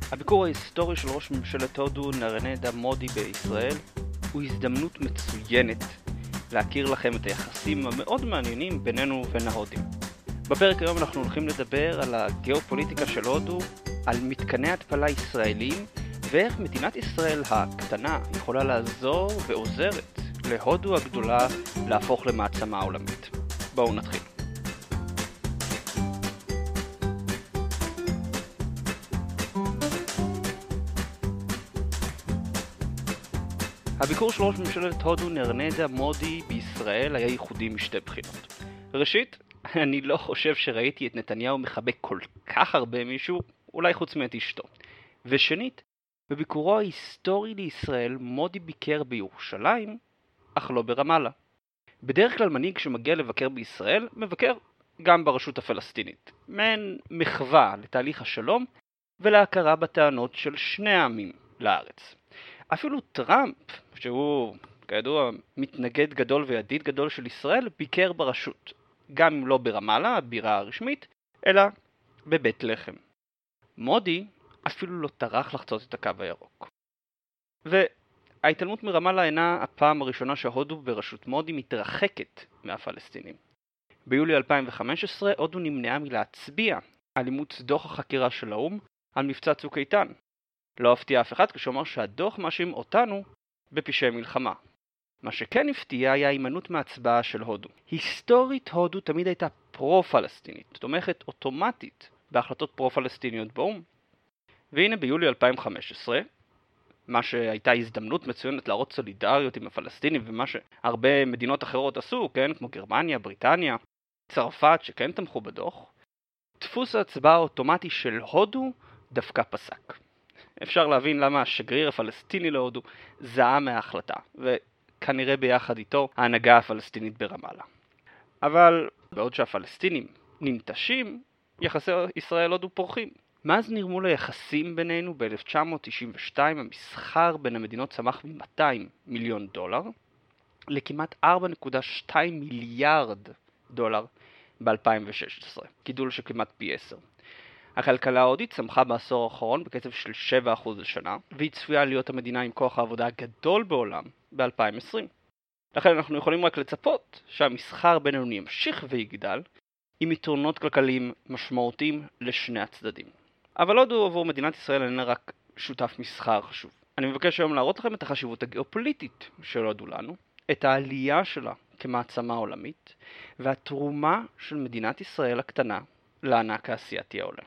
הביקור ההיסטורי של ראש ממשלת הודו נרנדה מודי בישראל הוא הזדמנות מצוינת להכיר לכם את היחסים המאוד מעניינים בינינו ובין ההודים. בפרק היום אנחנו הולכים לדבר על הגיאופוליטיקה של הודו, על מתקני התפלה ישראלים ואיך מדינת ישראל הקטנה יכולה לעזור ועוזרת להודו הגדולה להפוך למעצמה עולמית. בואו נתחיל. הביקור של ראש ממשלת הודו נרנדה מודי בישראל היה ייחודי משתי בחינות. ראשית, אני לא חושב שראיתי את נתניהו מחבק כל כך הרבה מישהו, אולי חוץ מאת אשתו. ושנית, בביקורו ההיסטורי לישראל מודי ביקר בירושלים, אך לא ברמאללה. בדרך כלל מנהיג שמגיע לבקר בישראל, מבקר גם ברשות הפלסטינית. מעין מחווה לתהליך השלום ולהכרה בטענות של שני העמים לארץ. אפילו טראמפ, שהוא כידוע מתנגד גדול וידיד גדול של ישראל, ביקר ברשות, גם אם לא ברמאללה, הבירה הרשמית, אלא בבית לחם. מודי אפילו לא טרח לחצות את הקו הירוק. וההתעלמות מרמאללה אינה הפעם הראשונה שהודו בראשות מודי מתרחקת מהפלסטינים. ביולי 2015 הודו נמנעה מלהצביע על אימוץ דוח החקירה של האו"ם על מבצע צוק איתן. לא הפתיע אף אחד כשאומר שהדוח מאשים אותנו בפשעי מלחמה. מה שכן הפתיע היה הימנעות מהצבעה של הודו. היסטורית הודו תמיד הייתה פרו-פלסטינית, תומכת אוטומטית בהחלטות פרו-פלסטיניות באו"ם. והנה ביולי 2015, מה שהייתה הזדמנות מצוינת להראות סולידריות עם הפלסטינים ומה שהרבה מדינות אחרות עשו, כן, כמו גרמניה, בריטניה, צרפת שכן תמכו בדוח, דפוס ההצבעה האוטומטי של הודו דווקא פסק. אפשר להבין למה השגריר הפלסטיני להודו זעם מההחלטה, וכנראה ביחד איתו ההנהגה הפלסטינית ברמאללה. אבל בעוד שהפלסטינים ננטשים, יחסי ישראל-הודו פורחים. מאז נרמול היחסים בינינו ב-1992, המסחר בין המדינות צמח מ-200 מיליון דולר לכמעט 4.2 מיליארד דולר ב-2016, גידול של כמעט פי 10. הכלכלה ההודית צמחה בעשור האחרון בקצב של 7% לשנה, והיא צפויה להיות המדינה עם כוח העבודה הגדול בעולם ב-2020. לכן אנחנו יכולים רק לצפות שהמסחר בינינו ימשיך ויגדל, עם יתרונות כלכליים משמעותיים לשני הצדדים. אבל הודו עבור מדינת ישראל אינה רק שותף מסחר חשוב. אני מבקש היום להראות לכם את החשיבות הגיאופוליטית של הודו לנו, את העלייה שלה כמעצמה עולמית, והתרומה של מדינת ישראל הקטנה לענק האסייתי העולה.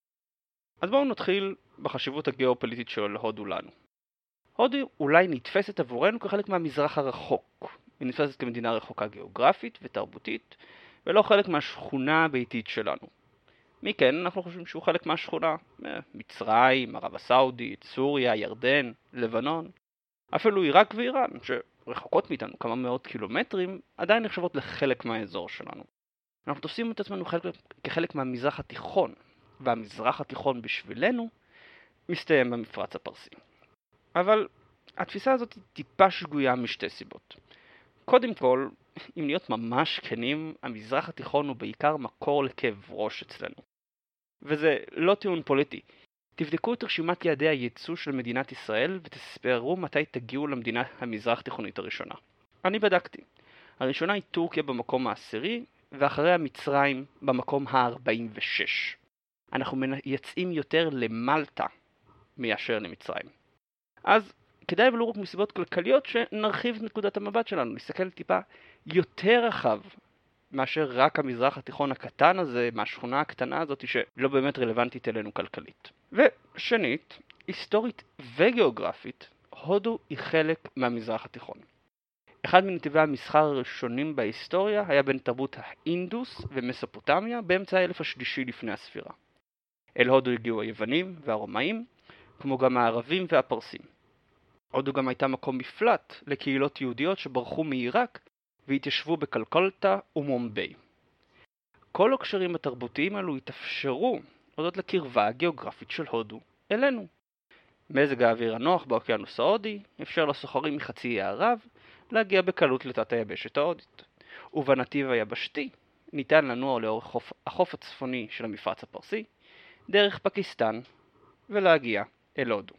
אז בואו נתחיל בחשיבות הגיאופוליטית של הודו לנו. הודו אולי נתפסת עבורנו כחלק מהמזרח הרחוק. היא נתפסת כמדינה רחוקה גיאוגרפית ותרבותית, ולא חלק מהשכונה הביתית שלנו. מכן אנחנו חושבים שהוא חלק מהשכונה, מצרים, ערב הסעודית, סוריה, ירדן, לבנון. אפילו עיראק ואיראן, שרחוקות מאיתנו כמה מאות קילומטרים, עדיין נחשבות לחלק מהאזור שלנו. אנחנו תופסים את עצמנו כחלק מהמזרח התיכון, והמזרח התיכון בשבילנו מסתיים במפרץ הפרסי. אבל התפיסה הזאת היא טיפה שגויה משתי סיבות. קודם כל, אם להיות ממש כנים, המזרח התיכון הוא בעיקר מקור לכאב ראש אצלנו. וזה לא טיעון פוליטי. תבדקו את רשימת יעדי הייצוא של מדינת ישראל ותספרו מתי תגיעו למדינה המזרח תיכונית הראשונה. אני בדקתי. הראשונה היא טורקיה במקום העשירי, ואחריה מצרים במקום ה-46. אנחנו מייצאים יותר למלטה מאשר למצרים. אז כדאי ולא רק מסיבות כלכליות שנרחיב את נקודת המבט שלנו, נסתכל טיפה יותר רחב מאשר רק המזרח התיכון הקטן הזה, מהשכונה הקטנה הזאת שלא באמת רלוונטית אלינו כלכלית. ושנית, היסטורית וגיאוגרפית, הודו היא חלק מהמזרח התיכון. אחד מנתיבי המסחר הראשונים בהיסטוריה היה בין תרבות האינדוס ומסופוטמיה באמצע האלף השלישי לפני הספירה. אל הודו הגיעו היוונים והרומאים, כמו גם הערבים והפרסים. הודו גם הייתה מקום מפלט לקהילות יהודיות שברחו מעיראק והתיישבו בקלקולטה ומומביי. כל הקשרים התרבותיים האלו התאפשרו הודות לקרבה הגיאוגרפית של הודו אלינו. מזג האוויר הנוח באוקיינוס ההודי אפשר לסוחרים מחצי האי ערב להגיע בקלות לתת היבשת ההודית. ובנתיב היבשתי ניתן לנוע לאורך החוף הצפוני של המפרץ הפרסי, דרך פקיסטן ולהגיע אל הודו.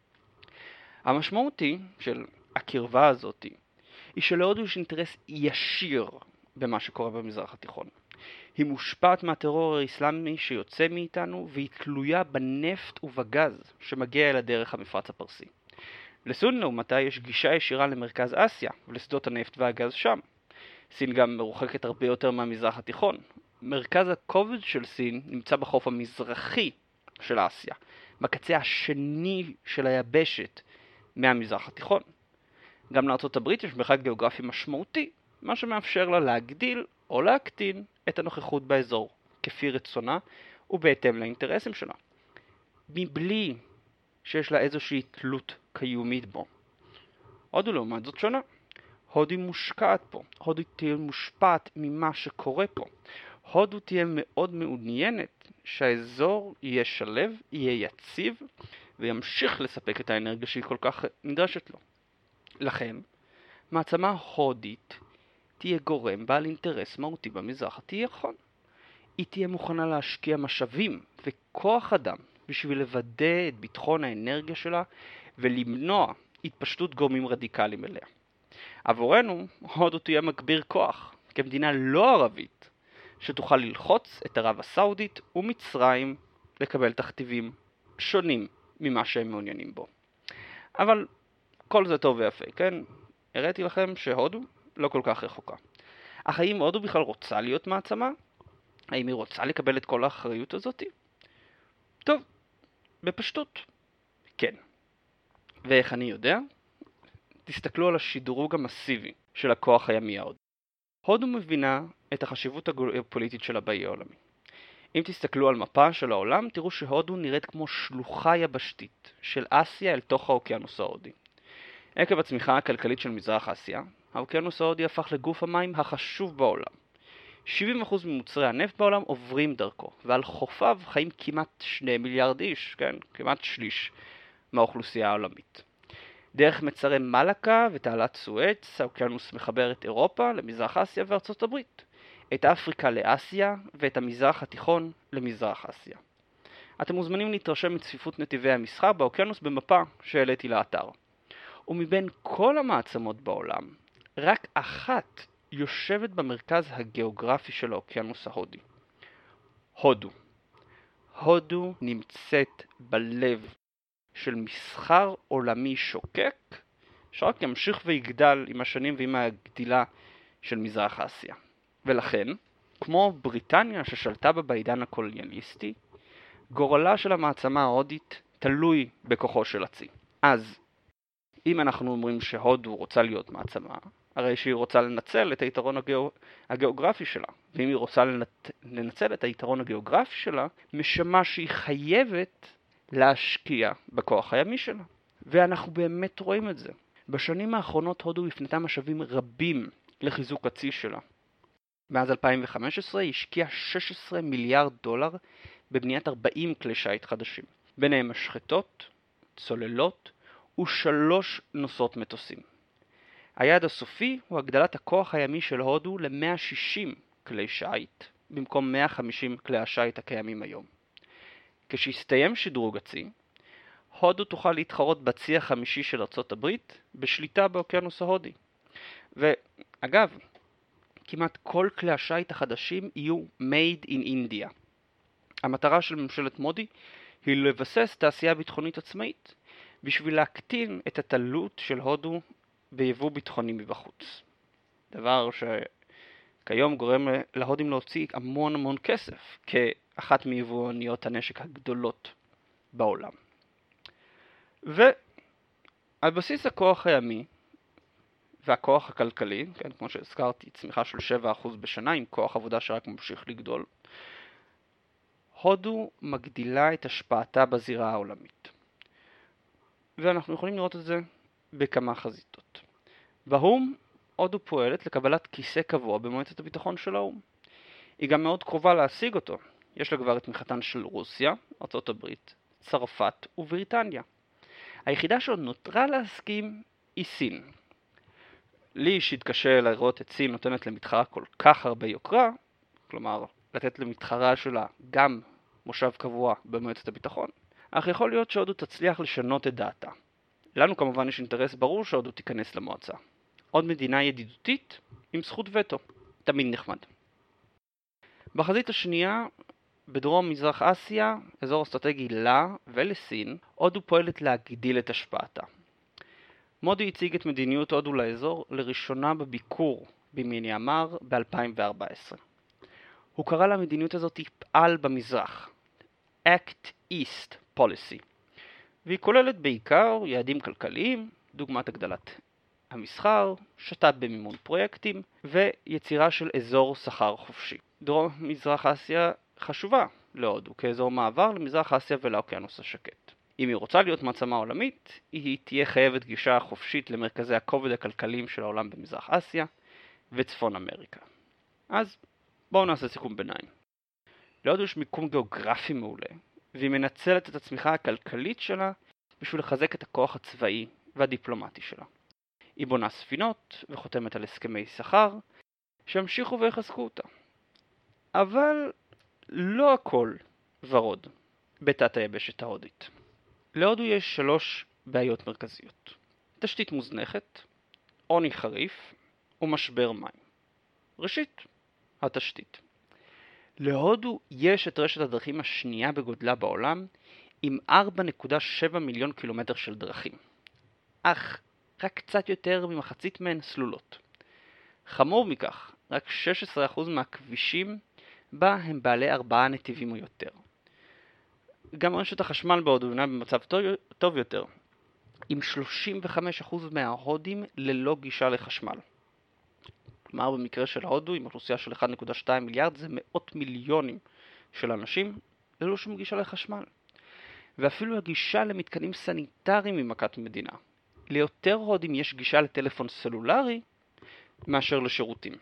המשמעות היא של הקרבה הזאת היא שלהודו יש אינטרס ישיר במה שקורה במזרח התיכון. היא מושפעת מהטרור האסלאמי שיוצא מאיתנו והיא תלויה בנפט ובגז שמגיע אל הדרך המפרץ הפרסי. לסין לעומתה יש גישה ישירה למרכז אסיה ולשדות הנפט והגז שם. סין גם מרוחקת הרבה יותר מהמזרח התיכון. מרכז הכובד של סין נמצא בחוף המזרחי של אסיה, בקצה השני של היבשת מהמזרח התיכון. גם לארצות הברית יש מרחק גיאוגרפי משמעותי, מה שמאפשר לה להגדיל או להקטין את הנוכחות באזור, כפי רצונה ובהתאם לאינטרסים שלה, מבלי שיש לה איזושהי תלות קיומית בו. הודו לעומת זאת שונה. הודו מושקעת פה, הודו תהיה מושפעת ממה שקורה פה. הודו תהיה מאוד מעוניינת שהאזור יהיה שלב, יהיה יציב, וימשיך לספק את האנרגיה שהיא כל כך נדרשת לו. לכן, מעצמה הודית תהיה גורם בעל אינטרס מהותי במזרח התיכון. היא תהיה מוכנה להשקיע משאבים וכוח אדם בשביל לוודא את ביטחון האנרגיה שלה ולמנוע התפשטות גורמים רדיקליים אליה. עבורנו, הודו תהיה מגביר כוח כמדינה לא ערבית שתוכל ללחוץ את ערב הסעודית ומצרים לקבל תכתיבים שונים ממה שהם מעוניינים בו. אבל כל זה טוב ויפה, כן? הראיתי לכם שהודו לא כל כך רחוקה. אך האם הודו בכלל רוצה להיות מעצמה? האם היא רוצה לקבל את כל האחריות הזאת? טוב, בפשטות, כן. ואיך אני יודע? תסתכלו על השדרוג המסיבי של הכוח הימי ההודי. הודו מבינה את החשיבות הפוליטית שלה באי העולמי. אם תסתכלו על מפה של העולם, תראו שהודו נראית כמו שלוחה יבשתית של אסיה אל תוך האוקיינוס ההודי. עקב הצמיחה הכלכלית של מזרח אסיה, האוקיינוס ההודי הפך לגוף המים החשוב בעולם. 70% ממוצרי הנפט בעולם עוברים דרכו, ועל חופיו חיים כמעט 2 מיליארד איש, כן? כמעט שליש מהאוכלוסייה העולמית. דרך מצרי מלאקה ותעלת סואץ, האוקיינוס מחבר את אירופה למזרח אסיה וארצות הברית, את אפריקה לאסיה ואת המזרח התיכון למזרח אסיה. אתם מוזמנים להתרשם מצפיפות נתיבי המסחר באוקיינוס במפה שהעליתי לאתר. ומבין כל המעצמות בעולם, רק אחת יושבת במרכז הגיאוגרפי של האוקיינוס ההודי. הודו. הודו נמצאת בלב של מסחר עולמי שוקק, שרק ימשיך ויגדל עם השנים ועם הגדילה של מזרח אסיה. ולכן, כמו בריטניה ששלטה בה בעידן הקולוניאליסטי, גורלה של המעצמה ההודית תלוי בכוחו של הצי. אז, אם אנחנו אומרים שהודו רוצה להיות מעצמה, הרי שהיא רוצה לנצל את היתרון הגיאוגרפי שלה. ואם היא רוצה לנצל את היתרון הגיאוגרפי שלה, משמע שהיא חייבת להשקיע בכוח הימי שלה. ואנחנו באמת רואים את זה. בשנים האחרונות הודו הפנתה משאבים רבים לחיזוק הצי שלה. מאז 2015 היא השקיעה 16 מיליארד דולר בבניית 40 כלי שיט חדשים. ביניהם משחטות, צוללות ו3 נוסעות מטוסים. היעד הסופי הוא הגדלת הכוח הימי של הודו ל-160 כלי שיט, במקום 150 כלי השיט הקיימים היום. כשיסתיים שדרוג הצי, הודו תוכל להתחרות בצי החמישי של ארצות הברית בשליטה באוקיינוס ההודי. ואגב, כמעט כל כלי השיט החדשים יהיו made in India. המטרה של ממשלת מודי היא לבסס תעשייה ביטחונית עצמאית, בשביל להקטין את התלות של הודו ביבוא ביטחוני מבחוץ. דבר שכיום גורם להודים להוציא המון כסף, כאחת מיבואניות הנשק הגדולות בעולם. ועל בסיס הכוח הימי והכוח הכלכלי, כן, כמו שהזכרתי, צמיחה של 7% בשנה עם כוח עבודה שרק ממשיך לגדול, הודו מגדילה את השפעתה בזירה העולמית. ואנחנו יכולים לראות את זה בכמה חזיתות. באו"ם, הודו פועלת לקבלת כיסא קבוע במועצת הביטחון של האו"ם. היא גם מאוד קרובה להשיג אותו. יש לה כבר את תמיכתן של רוסיה, ארצות הברית, צרפת ובריטניה. היחידה שעוד נותרה להסכים היא סין. לי שהתקשה לראות את סין נותנת למתחרה כל כך הרבה יוקרה, כלומר לתת למתחרה שלה גם מושב קבוע במועצת הביטחון, אך יכול להיות שהודו תצליח לשנות את דעתה. לנו כמובן יש אינטרס ברור שהודו תיכנס למועצה. עוד מדינה ידידותית עם זכות וטו. תמיד נחמד. בחזית השנייה, בדרום מזרח אסיה, אזור אסטרטגי לה ולסין, הודו פועלת להגדיל את השפעתה. מודי הציג את מדיניות הודו לאזור לראשונה בביקור במיאנמר ב-2014. הוא קרא למדיניות הזאת פעל במזרח, Act East Policy, והיא כוללת בעיקר יעדים כלכליים, דוגמת הגדלת המסחר, שת"פ במימון פרויקטים ויצירה של אזור סחר חופשי. דרום מזרח אסיה חשובה להודו כאזור מעבר למזרח אסיה ולאוקיינוס השקט. אם היא רוצה להיות מעצמה עולמית, היא תהיה חייבת גישה חופשית למרכזי הכובד הכלכליים של העולם במזרח אסיה וצפון אמריקה. אז בואו נעשה סיכום ביניים. להודו יש מיקום גיאוגרפי מעולה, והיא מנצלת את הצמיחה הכלכלית שלה בשביל לחזק את הכוח הצבאי והדיפלומטי שלה. היא בונה ספינות וחותמת על הסכמי שכר שהמשיכו ויחזקו אותה. אבל לא הכל ורוד בתת היבשת ההודית. להודו יש 3 בעיות מרכזיות. תשתית מוזנחת, עוני חריף ומשבר מים. ראשית, התשתית. להודו יש את רשת הדרכים השנייה בגודלה בעולם עם 4.7 מיליון קילומטר של דרכים. אך רק קצת יותר ממחצית מהן סלולות. חמור מכך, רק 16% מהכבישים בה הם בעלי 4 נתיבים או יותר. גם רשת החשמל בהודו אינה במצב טוב יותר, עם 35% מההודים ללא גישה לחשמל. כלומר, במקרה של הודו, עם אוכלוסייה של 1.2 מיליארד, זה מאות מיליונים של אנשים ללא שום גישה לחשמל. ואפילו הגישה למתקנים סניטריים היא מכת מדינה. ליותר הודים יש גישה לטלפון סלולרי מאשר לשירותים.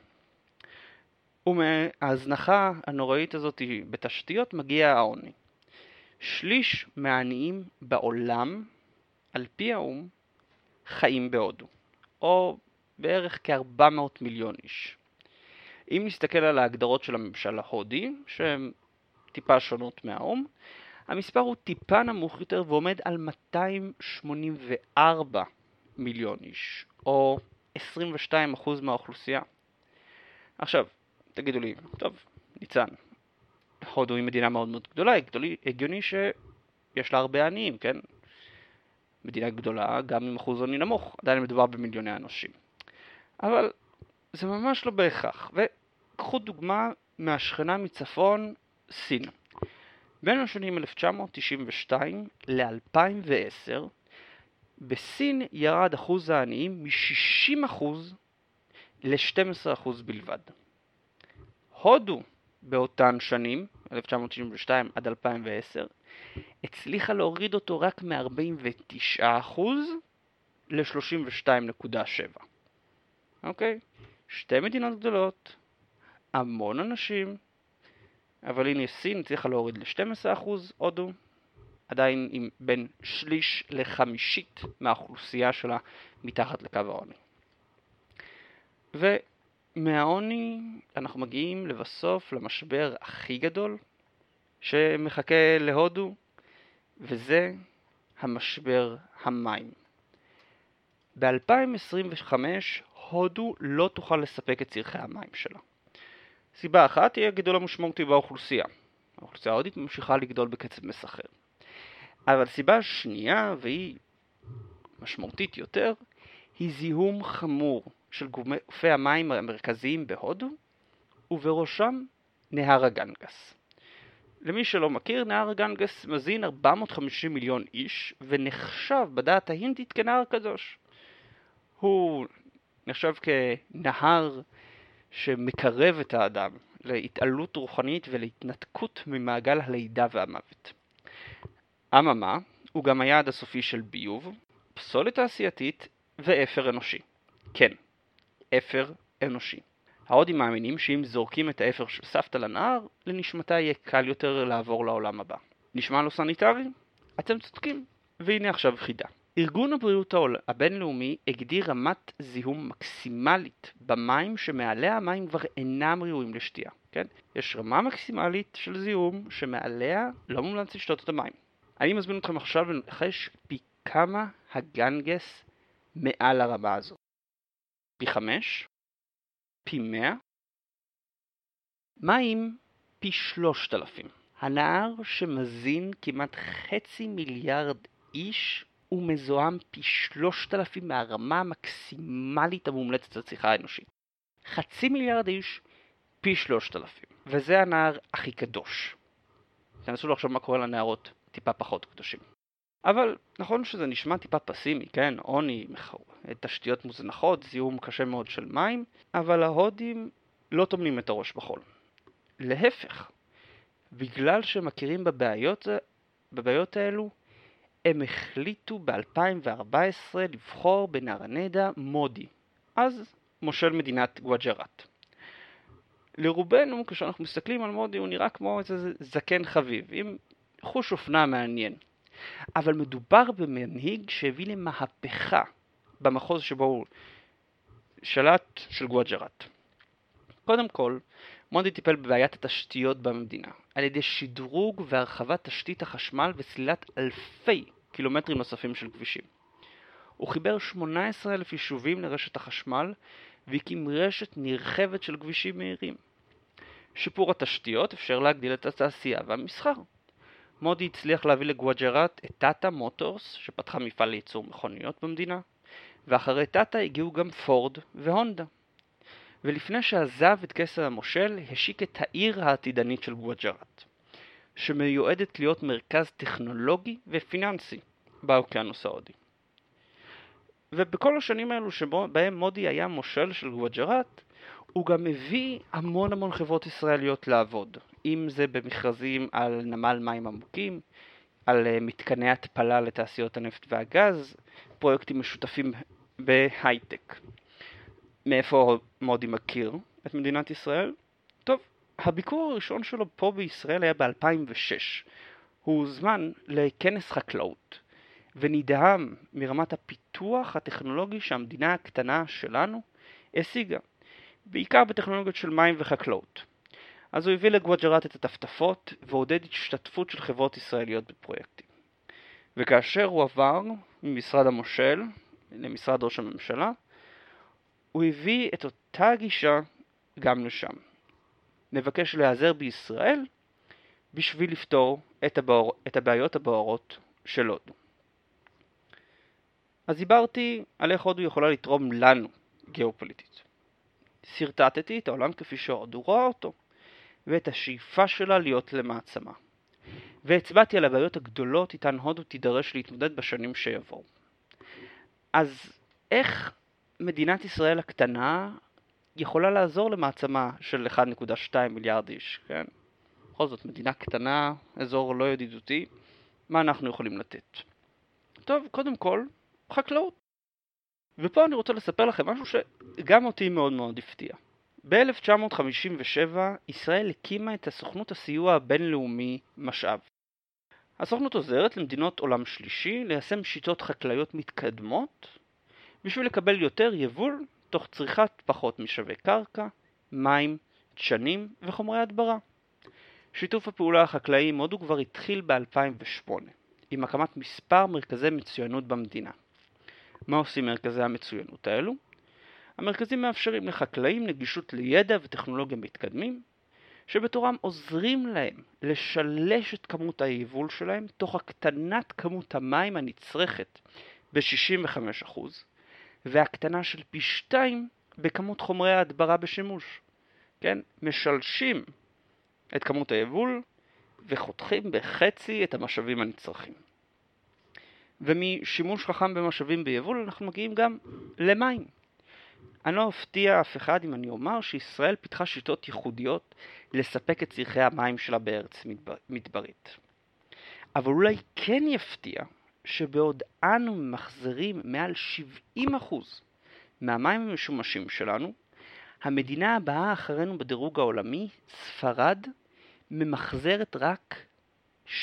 ומההזנחה הנוראית הזאת בתשתיות מגיע העוני. שליש מהעניים בעולם, על פי האו"ם, חיים בהודו, או בערך כ-400 מיליון איש. אם נסתכל על ההגדרות של הממשל ההודי, שהן טיפה שונות מהאו"ם, המספר הוא טיפה נמוך יותר ועומד על 284 מיליון איש, או 22% מהאוכלוסייה. עכשיו, תגידו לי, טוב, ניצן, הודו היא מדינה מאוד מאוד גדולה, הגיוני שיש לה הרבה עניים, כן? מדינה גדולה, גם עם אחוז עוני נמוך, עדיין מדובר במיליוני אנשים. אבל זה ממש לא בהכרח, וקחו דוגמה מהשכנה מצפון, סין. בין השנים 1992 ל-2010, בסין ירד אחוז העניים מ-60% ל-12% בלבד. הודו באותן שנים, 1992 עד 2010, הצליחה להוריד אותו רק מ-49% ל-32.7%. אוקיי? 2 מדינות גדולות, המון אנשים, אבל הנה סין הצליחה להוריד ל-12%, הודו עדיין עם בין שליש לחמישית מהאוכלוסייה שלה מתחת לקו העוני. ומהעוני אנחנו מגיעים לבסוף למשבר הכי גדול שמחכה להודו, וזה המשבר המים. ב-2025 הודו לא תוכל לספק את צרכי המים שלה. סיבה אחת היא הגידול המשמעותי באוכלוסייה. האוכלוסייה ההודית ממשיכה לגדול בקצב מסחרר. אבל סיבה שנייה, והיא משמעותית יותר, היא זיהום חמור של גופי המים המרכזיים בהודו, ובראשם נהר הגנגס. למי שלא מכיר, נהר הגנגס מזין 450 מיליון איש, ונחשב בדעת ההינדית כנהר קדוש. הוא נחשב כנהר שמקרב את האדם להתעלות רוחנית ולהתנתקות ממעגל הלידה והמוות. אממה, הוא גם היעד הסופי של ביוב, פסולת תעשייתית ואפר אנושי. כן, אפר אנושי. ההודים מאמינים שאם זורקים את האפר של סבתא לנהר, לנשמתה יהיה קל יותר לעבור לעולם הבא. נשמע לא סניטרי? אתם צודקים, והנה עכשיו חידה. ארגון הבריאות הבינלאומי הגדיר רמת זיהום מקסימלית במים שמעליה המים כבר אינם ראויים לשתייה. כן? יש רמה מקסימלית של זיהום שמעליה לא מומלץ לשתות את המים. אני מזמין אתכם עכשיו לנחש פי כמה הגנגס מעל הרמה הזו. פי 5? פי 100? מים פי 3,000. הנהר שמזין כמעט 500 מיליארד איש הוא מזוהם פי 3,000 מהרמה המקסימלית המומלצת לצריכה האנושית. 500 מיליארד איש פי 3,000. וזה הנהר הכי קדוש. תנסו לחשוב מה קורה לנהרות טיפה פחות קדושים. אבל נכון שזה נשמע טיפה פסימי, כן? עוני, תשתיות מוזנחות, זיהום קשה מאוד של מים, אבל ההודים לא טומנים את הראש בחול. להפך, בגלל שהם מכירים בבעיות האלו, הם החליטו ב-2014 לבחור בנרנדה מודי, אז מושל מדינת גואג'ראט. לרובנו, כשאנחנו מסתכלים על מודי, הוא נראה כמו איזה זקן חביב, עם חוש אופנה מעניין. אבל מדובר במנהיג שהביא למהפכה במחוז שבו הוא שלט של גואג'ראט. קודם כל, מודי טיפל בבעיית התשתיות במדינה, על ידי שדרוג והרחבת תשתית החשמל וסלילת אלפי קילומטרים נוספים של כבישים. הוא חיבר 18,000 יישובים לרשת החשמל, והקים רשת נרחבת של כבישים מהירים. שיפור התשתיות אפשר להגדיל את התעשייה והמסחר. מודי הצליח להביא לגואג'ראט את טאטה מוטורס, שפתחה מפעל לייצור מכוניות במדינה, ואחרי טאטה הגיעו גם פורד והונדה. ולפני שעזב את כס המושל, השיק את העיר העתידנית של גואג'ראט, שמיועדת להיות מרכז טכנולוגי ופיננסי באוקיינוס ההודי. ובכל השנים האלו שבהם מודי היה מושל של גואג'ראט, הוא גם הביא המון חברות ישראליות לעבוד, אם זה במכרזים על נמל מים עמוקים, על מתקני התפלה לתעשיות הנפט והגז, פרויקטים משותפים בהייטק. מאיפה מודי מכיר את מדינת ישראל? טוב, הביקור הראשון שלו פה בישראל היה ב-2006. הוא הוזמן לכנס חקלאות, ונדהם מרמת הפיתוח הטכנולוגי שהמדינה הקטנה שלנו השיגה, בעיקר בטכנולוגיות של מים וחקלאות. אז הוא הביא לגואג'ראט את הטפטפות ועודד השתתפות של חברות ישראליות בפרויקטים. וכאשר הוא עבר ממשרד המושל למשרד ראש הממשלה, הוא הביא את אותה גישה גם לשם. נבקש להיעזר בישראל בשביל לפתור את הבעיות הבוערות של הודו. אז דיברתי על איך הודו יכולה לתרום לנו גיאופוליטית. סרטטתי את העולם כפי שהודו רואה אותו, ואת השאיפה שלה להיות למעצמה. והצבעתי על הבעיות הגדולות איתן הודו תידרש להתמודד בשנים שיבואו. אז איך מדינת ישראל הקטנה יכולה לעזור למעצמה של 1.2 מיליארד איש, כן? בכל זאת, מדינה קטנה, אזור לא ידידותי, מה אנחנו יכולים לתת? טוב, קודם כל, חקלאות. ופה אני רוצה לספר לכם משהו שגם אותי מאוד הפתיע. ב-1957 ישראל הקימה את הסוכנות הסיוע הבינלאומי משאב. הסוכנות עוזרת למדינות עולם שלישי ליישם שיטות חקלאיות מתקדמות בשביל לקבל יותר יבול תוך צריכת פחות משאבי קרקע, מים, דשנים וחומרי הדברה. שיתוף הפעולה החקלאי עם הודו כבר התחיל ב-2008 עם הקמת מספר מרכזי מצוינות במדינה. מה עושים מרכזי המצוינות האלו? המרכזים מאפשרים לחקלאים נגישות לידע וטכנולוגיה מתקדמים, שבתורם עוזרים להם לשלש את כמות היבול שלהם תוך הקטנת כמות המים הנצרכת ב-65%, והקטנה של פי 2 בכמות חומרי ההדברה בשימוש. כן? משלשים את כמות היבול וחותכים בחצי את המשאבים הנצרכים. ומשימוש חכם במשאבים ביבול אנחנו מגיעים גם למים. אני לא אפתיע אף אחד אם אני אומר שישראל פיתחה שיטות ייחודיות לספק את צרכי המים שלה בארץ מדברית. אבל אולי כן יפתיע שבעוד אנו מחזרים מעל 70% מהמים המשומשים שלנו, המדינה הבאה אחרינו בדירוג העולמי, ספרד, ממחזרת רק 12%.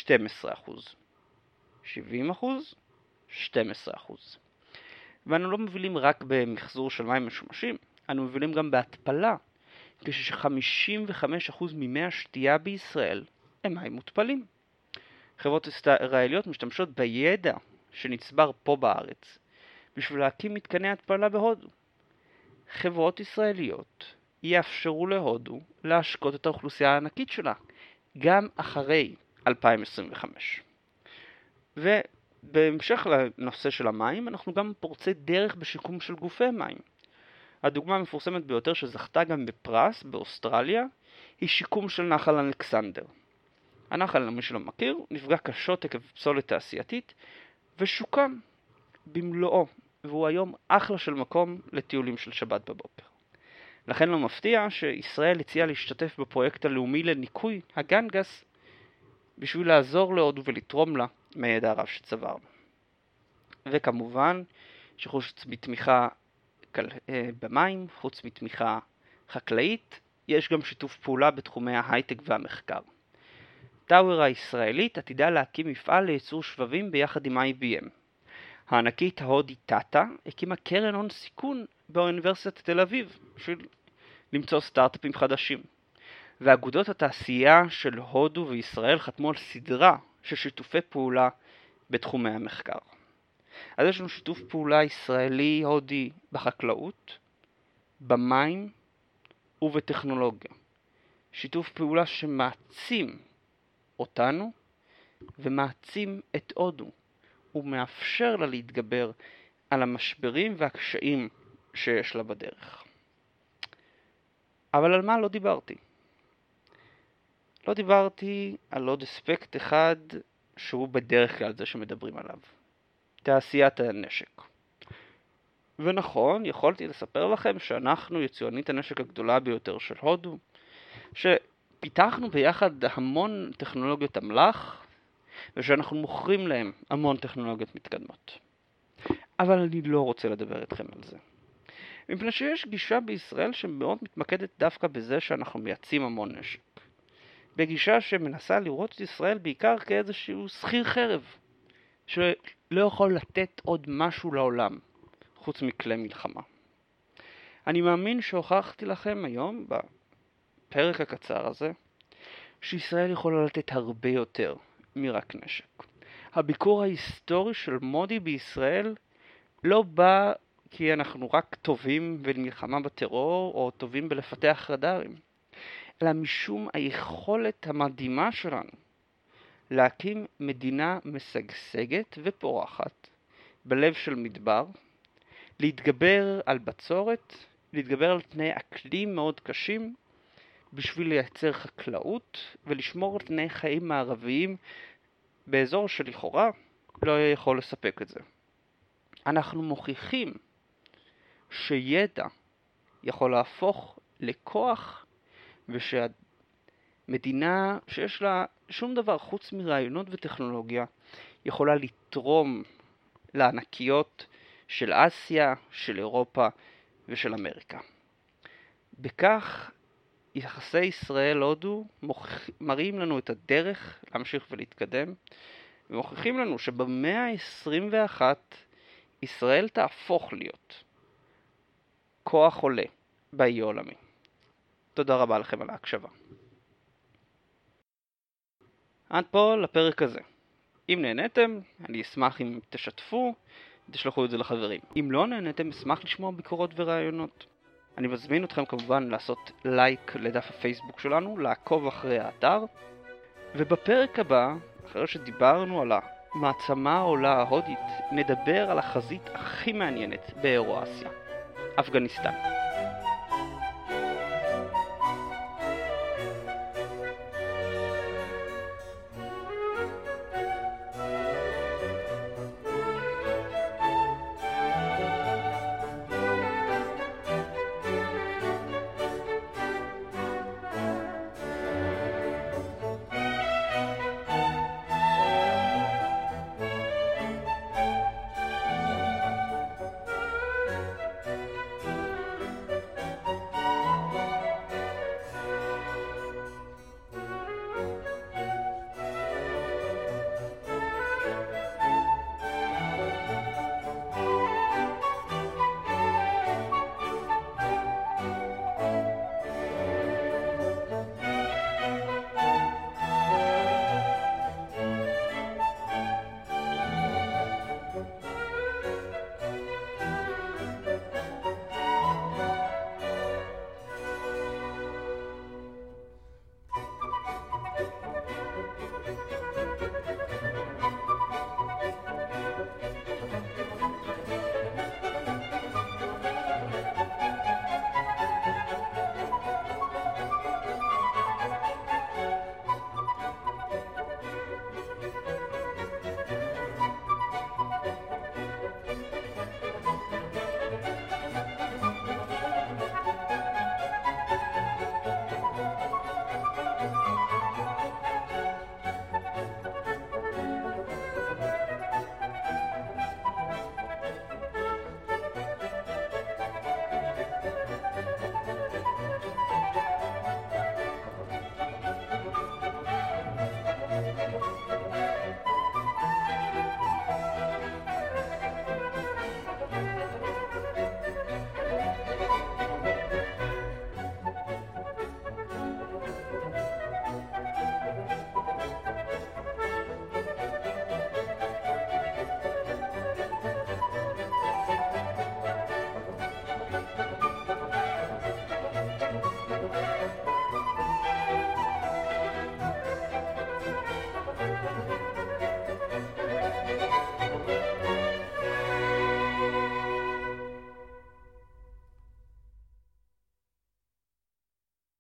70%, 12%. ואנו לא מובילים רק במחזור של מים משומשים, אנו מובילים גם בהתפלה, כש-55% ממי השתייה בישראל הם מים מותפלים. חברות ישראליות משתמשות בידע שנצבר פה בארץ בשביל להקים מתקני התפלה בהודו. חברות ישראליות יאפשרו להודו להשקות את האוכלוסייה הענקית שלה, גם אחרי 2025. ובהמשך לנושא של המים, אנחנו גם פורצי דרך בשיקום של גופי מים. הדוגמה המפורסמת ביותר שזכתה גם בפרס באוסטרליה, היא שיקום של נחל אלכסנדר. הנחל, למי שלא מכיר, נפגע קשות עקב פסולת תעשייתית, ושוקם במלואו, והוא היום אחלה של מקום לטיולים של שבת בבוקר. לכן לא מפתיע שישראל הציעה להשתתף בפרויקט הלאומי לניקוי הגנגס, בשביל לעזור להודו ולתרום לה מידע הרב שצברנו. וכמובן שחוץ מתמיכה במים, חוץ מתמיכה חקלאית, יש גם שיתוף פעולה בתחומי ההייטק והמחקר. טאוור הישראלית עתידה להקים מפעל לייצור שבבים ביחד עם IBM. הענקית ההודית טאטה הקימה קרן הון סיכון באוניברסיטת תל אביב בשביל למצוא סטארט-אפים חדשים. ואגודות התעשייה של הודו וישראל חתמו על סדרה של שיתופי פעולה בתחומי המחקר. אז יש לנו שיתוף פעולה ישראלי-הודי בחקלאות, במים ובטכנולוגיה. שיתוף פעולה שמעצים אותנו ומעצים את הודו. הוא מאפשר לה להתגבר על המשברים והקשיים שיש לה בדרך. אבל על מה לא דיברתי? לא דיברתי על עוד אספקט אחד שהוא בדרך כלל זה שמדברים עליו. תעשיית הנשק. ונכון, יכולתי לספר לכם שאנחנו יצואנית הנשק הגדולה ביותר של הודו, שפיתחנו ביחד המון טכנולוגיות אמל"ח, ושאנחנו מוכרים להם המון טכנולוגיות מתקדמות. אבל אני לא רוצה לדבר איתכם על זה. מפני שיש גישה בישראל שמאוד מתמקדת דווקא בזה שאנחנו מייצאים המון נשק. בגישה שמנסה לראות את ישראל בעיקר כאיזשהו שכיר חרב, שלא יכול לתת עוד משהו לעולם, חוץ מכלי מלחמה. אני מאמין שהוכחתי לכם היום, בפרק הקצר הזה, שישראל יכולה לתת הרבה יותר מרק נשק. הביקור ההיסטורי של מודי בישראל לא בא כי אנחנו רק טובים במלחמה בטרור או טובים בלפתח רדארים, אלא משום היכולת המדהימה שלנו להקים מדינה משגשגת ופורחת בלב של מדבר, להתגבר על בצורת, להתגבר על תנאי אקלים מאוד קשים, בשביל לייצר חקלאות ולשמור על תנאי חיים מערביים באזור שלכאורה לא יכול לספק את זה. אנחנו מוכיחים שידע יכול להפוך לכוח, ושהמדינה שיש לה שום דבר חוץ מרעיונות וטכנולוגיה יכולה לתרום לענקיות של אסיה, של אירופה ושל אמריקה. בכך יחסי ישראל-הודו מראים לנו את הדרך להמשיך ולהתקדם, ומוכיחים לנו שבמאה ה-21 ישראל תהפוך להיות כוח עולה באי העולמי. תודה רבה לכם על ההקשבה. עד פה לפרק הזה. אם נהניתם, אני אשמח אם תשתפו, תשלחו את זה לחברים. אם לא נהניתם, אשמח לשמוע ביקורות ורעיונות. אני מזמין אתכם כמובן לעשות לייק לדף הפייסבוק שלנו, לעקוב אחרי האתר, ובפרק הבא, אחרי שדיברנו על המעצמה העולה ההודית, נדבר על החזית הכי מעניינת באירו-אסיה, אפגניסטן.